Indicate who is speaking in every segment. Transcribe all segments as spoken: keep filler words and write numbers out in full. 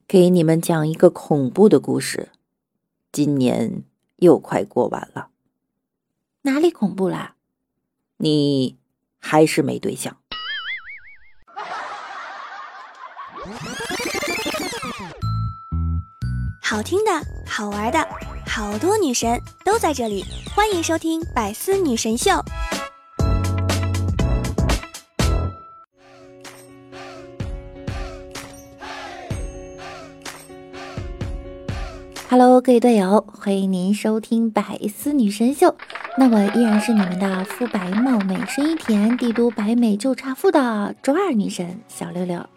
Speaker 1: 给你们讲一个恐怖的故事。今年又快过完了。
Speaker 2: 哪里恐怖啦？
Speaker 1: 你还是没对象。
Speaker 3: 好听的，好玩的，好多女神都在这里，欢迎收听百思女神秀。
Speaker 2: Hello， 各位队友，欢迎您收听百思女神秀。那我依然是你们的肤白貌美、声音甜、帝都白美就差富的周二女神小六六。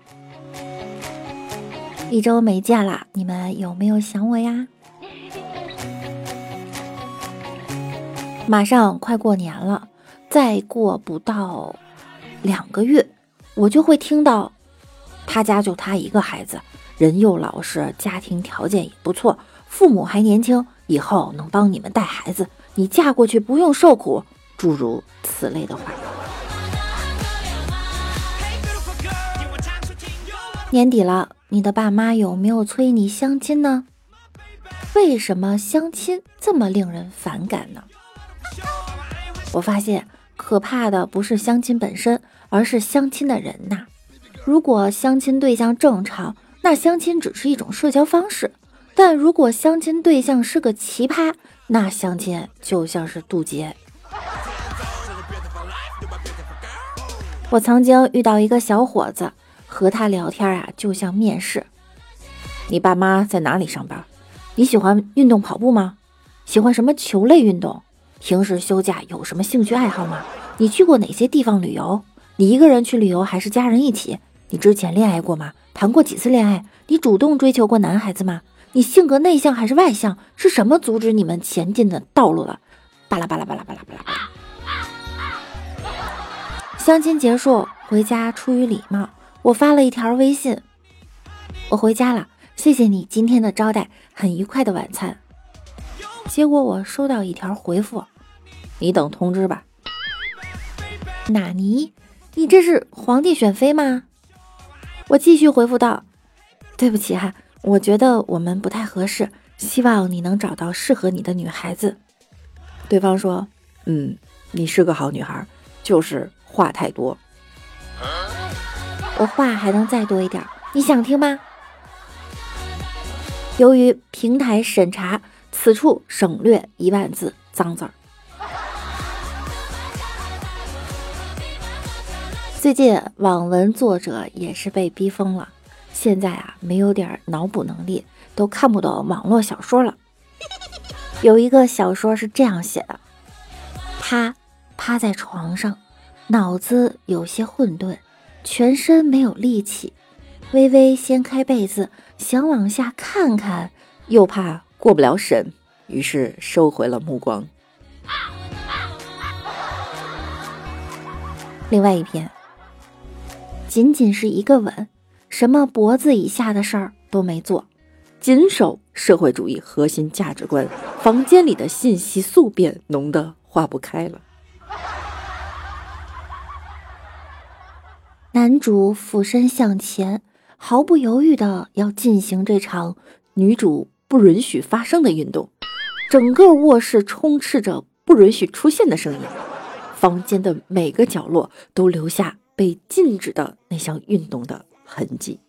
Speaker 2: 一周没见了，你们有没有想我呀？马上快过年了，再过不到两个月，我就会听到他家就他一个孩子，人又老实，家庭条件也不错，父母还年轻，以后能帮你们带孩子，你嫁过去不用受苦，诸如此类的话。年底了，你的爸妈有没有催你相亲呢？为什么相亲这么令人反感呢？我发现可怕的不是相亲本身，而是相亲的人呐。如果相亲对象正常，那相亲只是一种社交方式，但如果相亲对象是个奇葩，那相亲就像是渡劫。我曾经遇到一个小伙子，和他聊天啊，就像面试。
Speaker 1: 你爸妈在哪里上班？你喜欢运动跑步吗？喜欢什么球类运动？平时休假有什么兴趣爱好吗？你去过哪些地方旅游？你一个人去旅游还是家人一起？你之前恋爱过吗？谈过几次恋爱？你主动追求过男孩子吗？你性格内向还是外向？是什么阻止你们前进的道路了？巴拉巴拉巴拉巴拉巴拉巴拉。
Speaker 2: 相亲结束，回家出于礼貌，我发了一条微信：我回家了，谢谢你今天的招待，很愉快的晚餐。结果我收到一条回复：
Speaker 1: 你等通知吧。
Speaker 2: 纳尼？你这是皇帝选妃吗？我继续回复道：对不起哈，我觉得我们不太合适，希望你能找到适合你的女孩子。
Speaker 1: 对方说：嗯，你是个好女孩，就是话太多。
Speaker 2: 我话还能再多一点，你想听吗？由于平台审查，此处省略一万字脏字儿。最近网文作者也是被逼疯了，现在啊没有点脑补能力都看不懂网络小说了。有一个小说是这样写的：他趴在床上，脑子有些混沌，全身没有力气，微微掀开被子，想往下看看，
Speaker 1: 又怕过不了审，于是收回了目光。
Speaker 2: 另外一篇，仅仅是一个吻，什么脖子以下的事儿都没做，
Speaker 1: 谨守社会主义核心价值观，房间里的信息素变浓得化不开了。
Speaker 2: 男主俯身向前，毫不犹豫的要进行这场
Speaker 1: 女主不允许发生的运动，整个卧室充斥着不允许出现的声音，房间的每个角落都留下被禁止的那项运动的痕迹。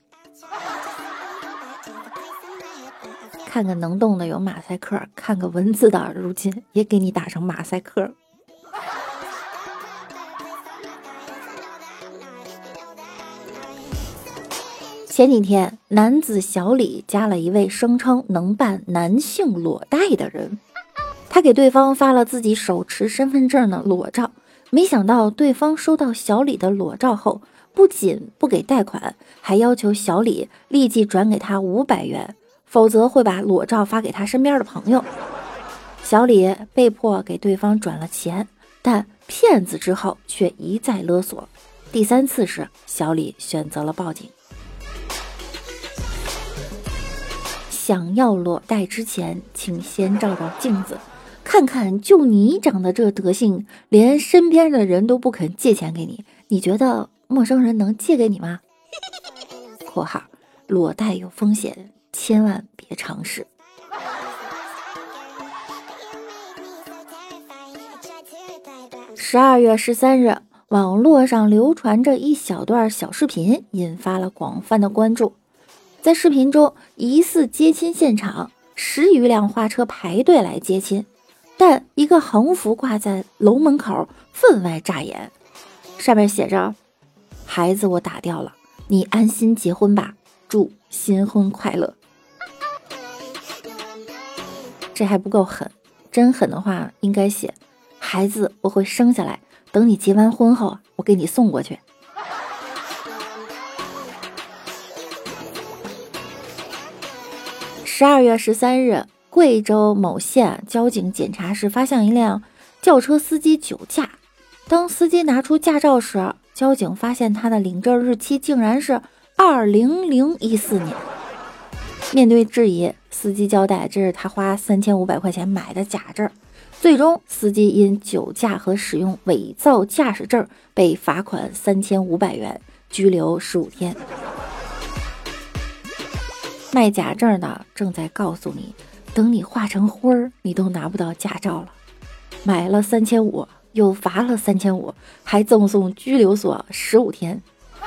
Speaker 2: 看个能动的有马赛克，看个文字的如今也给你打上马赛克。前几天，男子小李加了一位声称能办男性裸贷的人，他给对方发了自己手持身份证的裸照，没想到对方收到小李的裸照后，不仅不给贷款，还要求小李立即转给他五百元，否则会把裸照发给他身边的朋友。小李被迫给对方转了钱，但骗子之后却一再勒索。第三次时，小李选择了报警。想要裸贷之前，请先照照镜子，看看就你长得这德行，连身边的人都不肯借钱给你，你觉得陌生人能借给你吗？括号裸贷有风险，千万别尝试。十二月十三日，网络上流传着一小段小视频，引发了广泛的关注。在视频中，疑似接亲现场，十余辆花车排队来接亲，但一个横幅挂在楼门口，分外扎眼，上面写着：孩子我打掉了，你安心结婚吧，祝新婚快乐。这还不够狠，真狠的话应该写：孩子我会生下来，等你结完婚后我给你送过去。十二月十三日，贵州某县交警检查时发现一辆轿车司机酒驾。当司机拿出驾照时，交警发现他的领证日期竟然是二零零一四年。面对质疑，司机交代这是他花三千五百块钱买的假证。最终，司机因酒驾和使用伪造驾驶证被罚款三千五百元，拘留十五天。卖假证的正在告诉你，等你化成灰儿，你都拿不到驾照了。买了三千五，又罚了三千五，还赠送拘留所十五天。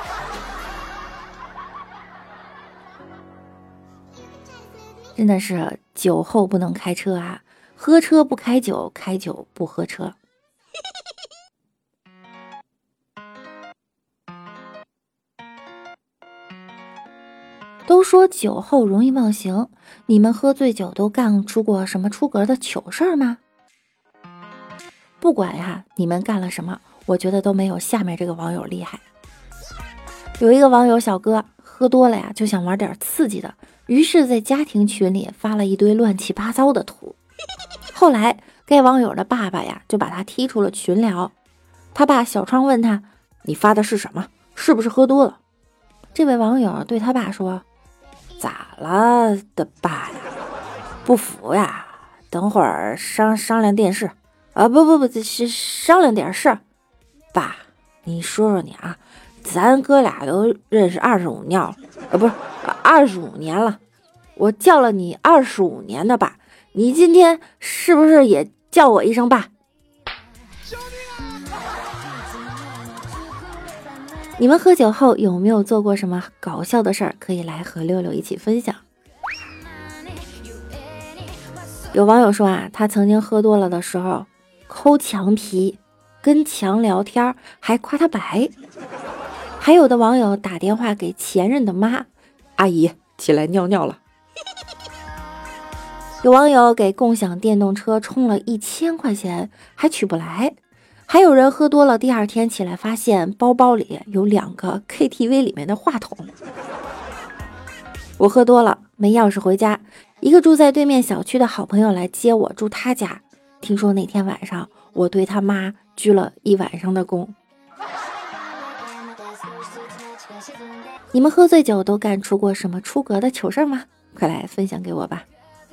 Speaker 2: 真的是酒后不能开车啊！喝车不开酒，开酒不喝车。都说酒后容易忘形，你们喝醉酒都干出过什么出格的糗事儿吗？不管呀，你们干了什么，我觉得都没有下面这个网友厉害。有一个网友小哥喝多了呀，就想玩点刺激的，于是在家庭群里发了一堆乱七八糟的图。后来该网友的爸爸呀就把他踢出了群聊。他爸小窗问他：你发的是什么？是不是喝多了？这位网友对他爸说：咋了的爸呀？不服呀？等会儿商商量电视啊！不不不，是商量点事。爸，你说说你啊，咱哥俩都认识二十五年了，啊不是二十五年了，我叫了你二十五年的爸，你今天是不是也叫我一声爸？你们喝酒后有没有做过什么搞笑的事儿？可以来和六六一起分享。有网友说啊，他曾经喝多了的时候抠墙皮，跟墙聊天，还夸他白。还有的网友打电话给前任的妈：阿姨起来尿尿了。有网友给共享电动车充了一千块钱还取不来。还有人喝多了，第二天起来发现包包里有两个 K T V 里面的话筒。我喝多了没钥匙回家，一个住在对面小区的好朋友来接我住他家。听说那天晚上我对他妈鞠了一晚上的躬。你们喝醉酒都干出过什么出格的糗事吗？快来分享给我吧。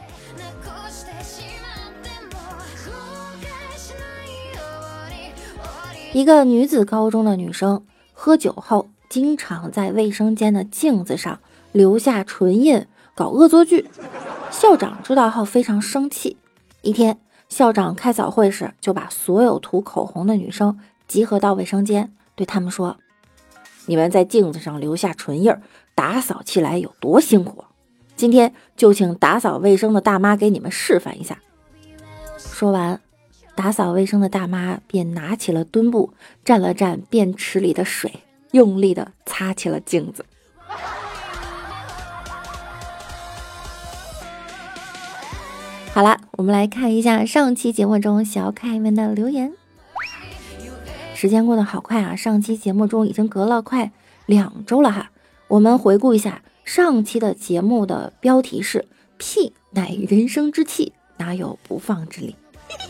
Speaker 2: 一个女子高中的女生喝酒后经常在卫生间的镜子上留下唇印，搞恶作剧。校长知道后非常生气。一天，校长开早会时就把所有涂口红的女生集合到卫生间，对他们说：你们在镜子上留下唇印，打扫起来有多辛苦，今天就请打扫卫生的大妈给你们示范一下。说完，打扫卫生的大妈便拿起了墩布，蘸了蘸便池里的水，用力地擦起了镜子。好了，我们来看一下上期节目中小可爱们的留言。时间过得好快啊，上期节目中已经隔了快两周了哈。我们回顾一下上期的节目的标题是屁乃人生之气，哪有不放之理。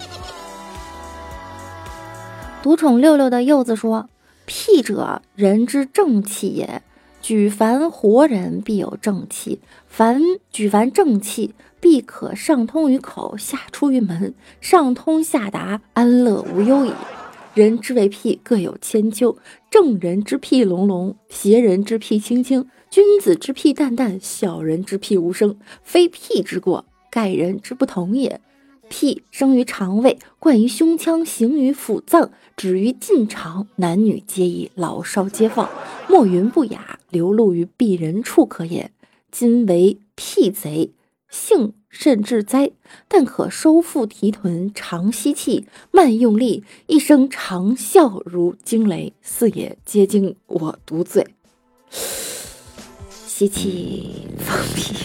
Speaker 2: 独宠六六的柚子说：屁者，人之正气也。举凡活人必有正气，凡举凡正气，必可上通于口，下出于门，上通下达，安乐无忧矣。人之为屁各有千秋，正人之屁隆隆，邪人之屁轻轻， 君子之屁淡淡，小人之屁无声。非屁之过，盖人之不同也。屁生于肠胃，贯于胸腔，行于腑脏，止于近肠，男女皆宜，老少皆放。莫云不雅，流露于鄙人处可也。今为屁贼，性甚至哉！但可收腹提臀，长吸气，慢用力，一声长啸如惊雷，四也皆惊我独醉。吸气，放屁。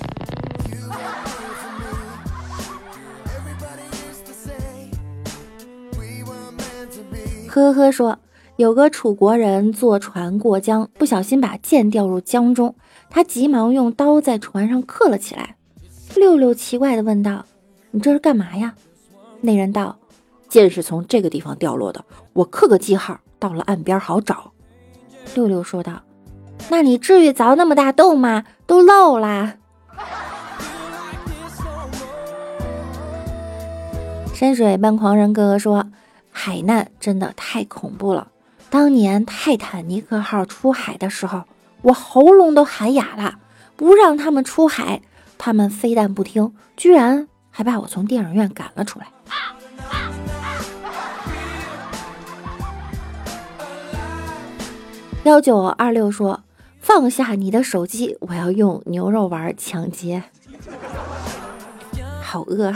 Speaker 2: 呵呵说，有个楚国人坐船过江，不小心把剑掉入江中，他急忙用刀在船上刻了起来。六六奇怪地问道：你这是干嘛呀？那人道：剑是从这个地方掉落的，我刻个记号，到了岸边好找。六六说道：那你至于凿那么大洞吗？都漏啦。山水半狂人哥哥说，海难真的太恐怖了。当年泰坦尼克号出海的时候，我喉咙都喊哑了，不让他们出海，他们非但不听，居然还把我从电影院赶了出来。幺九二六说，放下你的手机，我要用牛肉丸抢劫。好饿。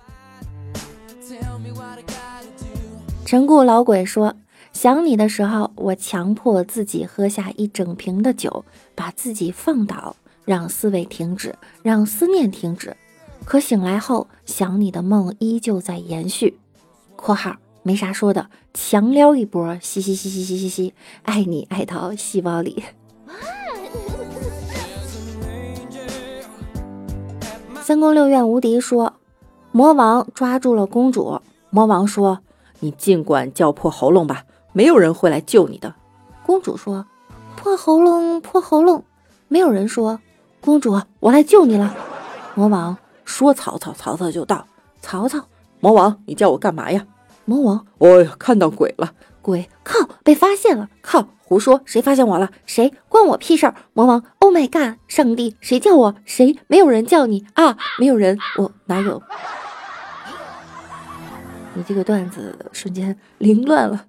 Speaker 2: 陈固老鬼说，想你的时候，我强迫自己喝下一整瓶的酒，把自己放倒，让思维停止，让思念停止。可醒来后，想你的梦依旧在延续。括号没啥说的，强撩一波，嘻嘻嘻嘻嘻嘻嘻，爱你爱到细胞里。三宫六院无敌说，魔王抓住了公主，魔王说，你尽管叫破喉咙吧，没有人会来救你的。公主说，破喉咙破喉咙，没有人说，公主我来救你了。魔王说，曹操曹操就到。曹操，魔王你叫我干嘛呀？魔王，我看到鬼了。鬼，靠，被发现了。靠，胡说，谁发现我了？谁？关我屁事儿。魔王 Oh my god， 上帝，谁叫我？谁？没有人叫你啊，没有人，我哪有？你这个段子瞬间凌乱了。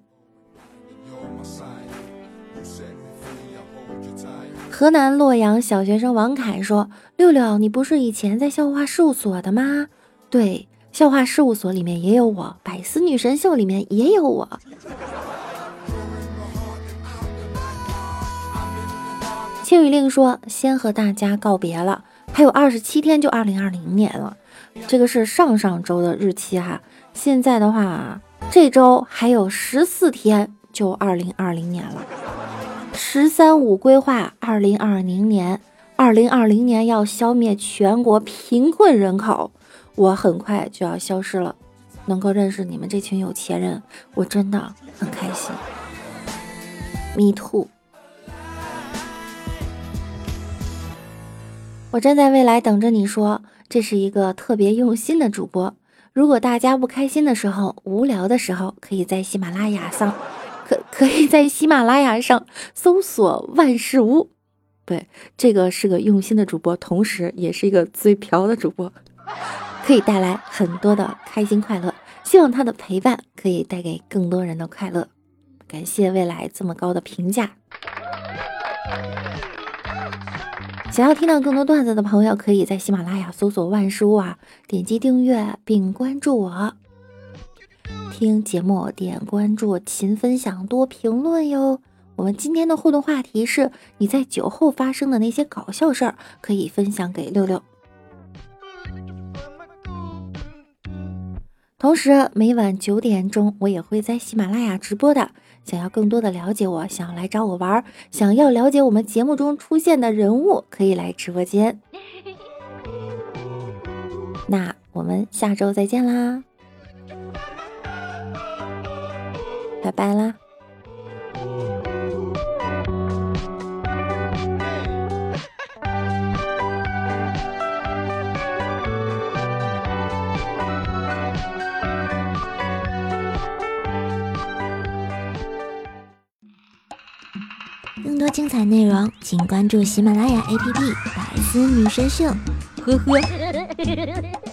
Speaker 2: 河南洛阳小学生王凯说，六六，你不是以前在笑话事务所的吗？对，笑话事务所里面也有我，百思女神秀里面也有我。庆余令说，先和大家告别了，还有二十七天就二零二零年了，这个是上上周的日期哈。现在的话，这周还有十四天就二零二零年了。十三五规划二零二零年，二零二零年要消灭全国贫困人口，我很快就要消失了。能够认识你们这群有钱人，我真的很开心。Me too。我站在未来等着你说，这是一个特别用心的主播。如果大家不开心的时候，无聊的时候，可以在喜马拉雅上，可可以在喜马拉雅上搜索万事屋。对，这个是个用心的主播，同时也是一个嘴瓢的主播，可以带来很多的开心快乐。希望他的陪伴可以带给更多人的快乐。感谢未来这么高的评价。想要听到更多段子的朋友，可以在喜马拉雅搜索万事屋啊，点击订阅并关注我。听节目点关注，勤分享，多评论哟。我们今天的互动话题是，你在酒后发生的那些搞笑事儿，可以分享给六六。同时每晚九点钟我也会在喜马拉雅直播的，想要更多的了解我，想要来找我玩，想要了解我们节目中出现的人物，可以来直播间。那我们下周再见啦，拜拜啦。
Speaker 3: 更多精彩内容，请关注喜马拉雅 A P P《百思女神秀》。呵呵。